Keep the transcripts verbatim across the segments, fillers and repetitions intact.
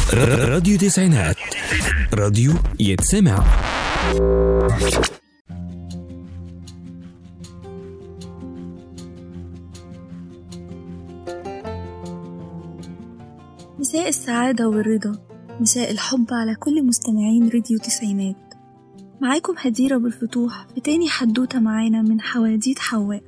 راديو تسعينات، راديو يتسمع. مساء السعادة والرضا، مساء الحب على كل مستمعين راديو تسعينات. معاكم هديرة بالفتوح في تاني حدوتة معانا من حواديت حواء،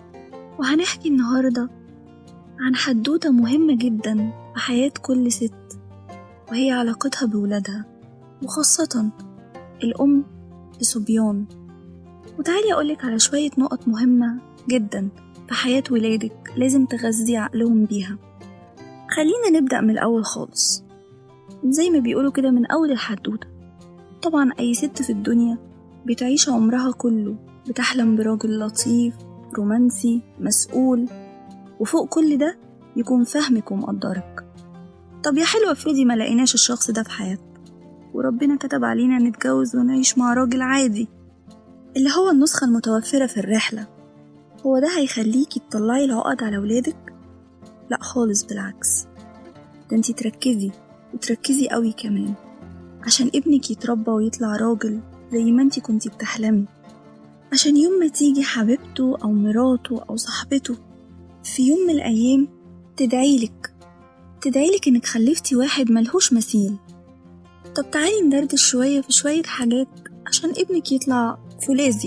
وهنحكي النهاردة عن حدوتة مهمة جدا في حياة كل ست، وهي علاقتها بولادها، وخاصة الأم لصبيان. وتعالي أقولك على شوية نقط مهمة جدا في حياة ولادك لازم تغذي عقلهم بيها. خلينا نبدأ من الأول خالص، زي ما بيقولوا كده من أول الحدوتة. طبعا أي ست في الدنيا بتعيش عمرها كله بتحلم براجل لطيف رومانسي مسؤول، وفوق كل ده يكون فاهمك ومقدرك. طب يا حلوة، افرضي ما لقيناش الشخص ده في حياتنا وربنا كتب علينا نتجوز ونعيش مع راجل عادي اللي هو النسخة المتوفرة في الرحلة، هو ده هيخليكي تطلعي العقد على ولادك؟ لا خالص، بالعكس، ده انتي تركزي وتركزي قوي كمان عشان ابنك يتربى ويطلع راجل زي ما انتي كنتي بتحلمي، عشان يوم ما تيجي حبيبته أو مراته أو صاحبته في يوم من الأيام تدعيلك تدعيلك إنك خلفتي واحد ملهوش مثيل. طب تعالي ندردش شوية في شوية حاجات عشان ابنك يطلع فولاذي.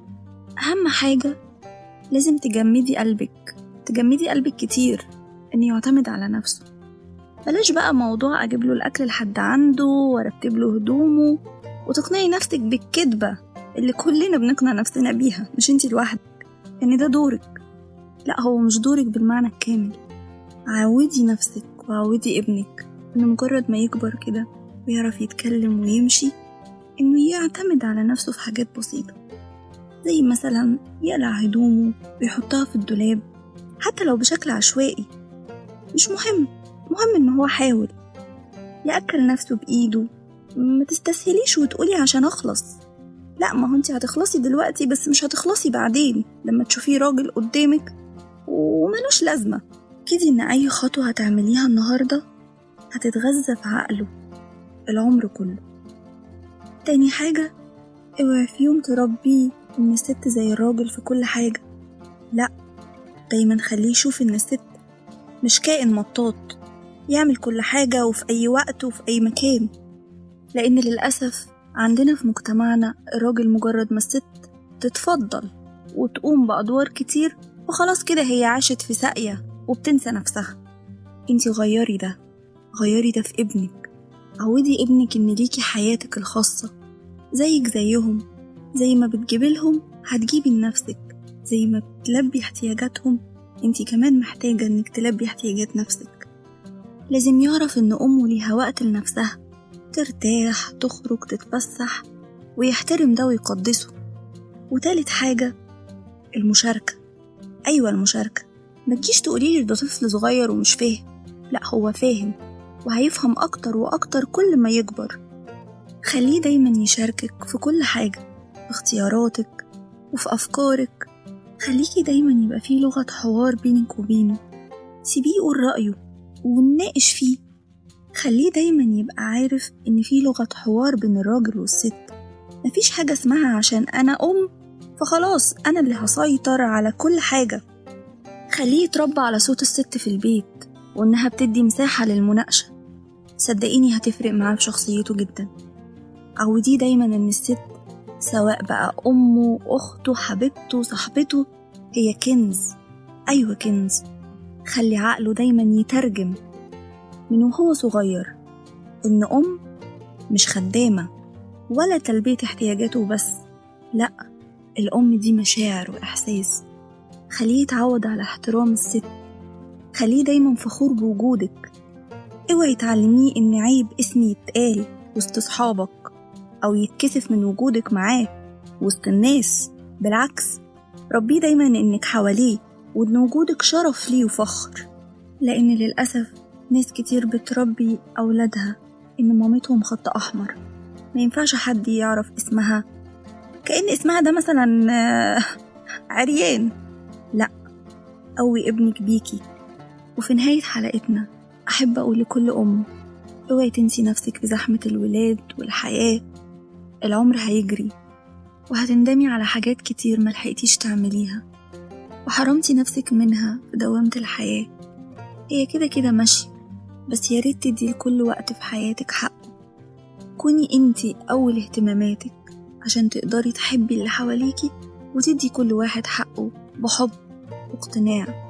أهم حاجة لازم تجمدي قلبك تجمدي قلبك كتير إنه يعتمد على نفسه. بلاش بقى موضوع أجيب له الأكل لحد عنده وارتب له هدومه، وتقنعي نفسك بالكدبة اللي كلنا بنقنع نفسنا بيها، مش انتي لوحدك يعني ده دورك. لا، هو مش دورك بالمعنى الكامل. عودي نفسك وعودي ابنك انه مجرد ما يكبر كده ويعرف يتكلم ويمشي انه يعتمد على نفسه في حاجات بسيطة، زي مثلا يقلع هدومه ويحطها في الدولاب حتى لو بشكل عشوائي، مش مهم مهم ان هو حاول يأكل نفسه بإيده. ما تستسهليش وتقولي عشان اخلص، لا، ما هو انتي هتخلصي دلوقتي بس مش هتخلصي بعدين لما تشوفيه راجل قدامك وملوش لازمة كده. ان اي خطوة هتعمليها النهاردة هتتغذى في عقله العمر كله. تاني حاجة، اوعي في يوم تربيه ان الست زي الراجل في كل حاجة، لا، دايما خليه يشوف ان الست مش كائن مطاط يعمل كل حاجة وفي اي وقت وفي اي مكان. لان للأسف عندنا في مجتمعنا الراجل مجرد ما الست تتفضل وتقوم بأدوار كتير وخلاص كده هي عاشت في ساقية وبتنسى نفسها. انتي غيري ده غيري ده في ابنك. عودي ابنك ان ليكي حياتك الخاصة زيك زيهم، زي ما بتجيبي لهم هتجيبي لنفسك، زي ما بتلبي احتياجاتهم انتي كمان محتاجة انك تلبي احتياجات نفسك. لازم يعرف ان امه ليها وقت لنفسها، ترتاح تخرج تتفسح، ويحترم ده ويقدسه. وتالت حاجة المشاركة. أيوة المشاركة، ما تجيش تقوليلي ده طفل صغير ومش فاهم، لا، هو فاهم وهيفهم أكتر وأكتر كل ما يكبر. خليه دايما يشاركك في كل حاجة، في اختياراتك وفي أفكارك. خليكي دايما يبقى فيه لغة حوار بينك وبينه، سيبيه يقول رأيه ونناقش فيه. خليه دايما يبقى عارف إن فيه لغة حوار بين الراجل والست. مفيش حاجة اسمها عشان أنا أم فخلاص أنا اللي هسيطر على كل حاجة. خليه يتربى على صوت الست في البيت وإنها بتدي مساحة للمناقشة، صدقيني هتفرق معاه في شخصيته جدا. عوديه دايما إن الست سواء بقى أمه أخته حبيبته صاحبته هي كنز. أيوة كنز. خلي عقله دايما يترجم من وهو صغير إن أم مش خدامة ولا تلبية احتياجاته بس، لأ، الأم دي مشاعر وإحساس. خليه يتعود على احترام الست، خليه دايما فخور بوجودك. اوعي تعلميه إن عيب اسمي يتقال وسط صحابك أو يتكسف من وجودك معاه وسط الناس. بالعكس، ربيه دايما إنك حواليه وإن وجودك شرف ليه وفخر. لأن للأسف ناس كتير بتربي أولادها إن مامتهم خط أحمر، ما ينفعش حد يعرف اسمها كأن اسمها ده مثلا عريان. لا، قوي ابنك بيكي. وفي نهاية حلقتنا أحب أقول لكل أم اوعي تنسي نفسك في زحمة الولاد والحياة. العمر هيجري وهتندمي على حاجات كتير ملحقتيش تعمليها وحرمتي نفسك منها في دوامة الحياة. هي كده كده ماشي، بس ياريت تدي لكل وقت في حياتك حقه. كوني انتي أول اهتماماتك عشان تقدري تحبي اللي حواليكي وتدي كل واحد حقه بحب واقتناع.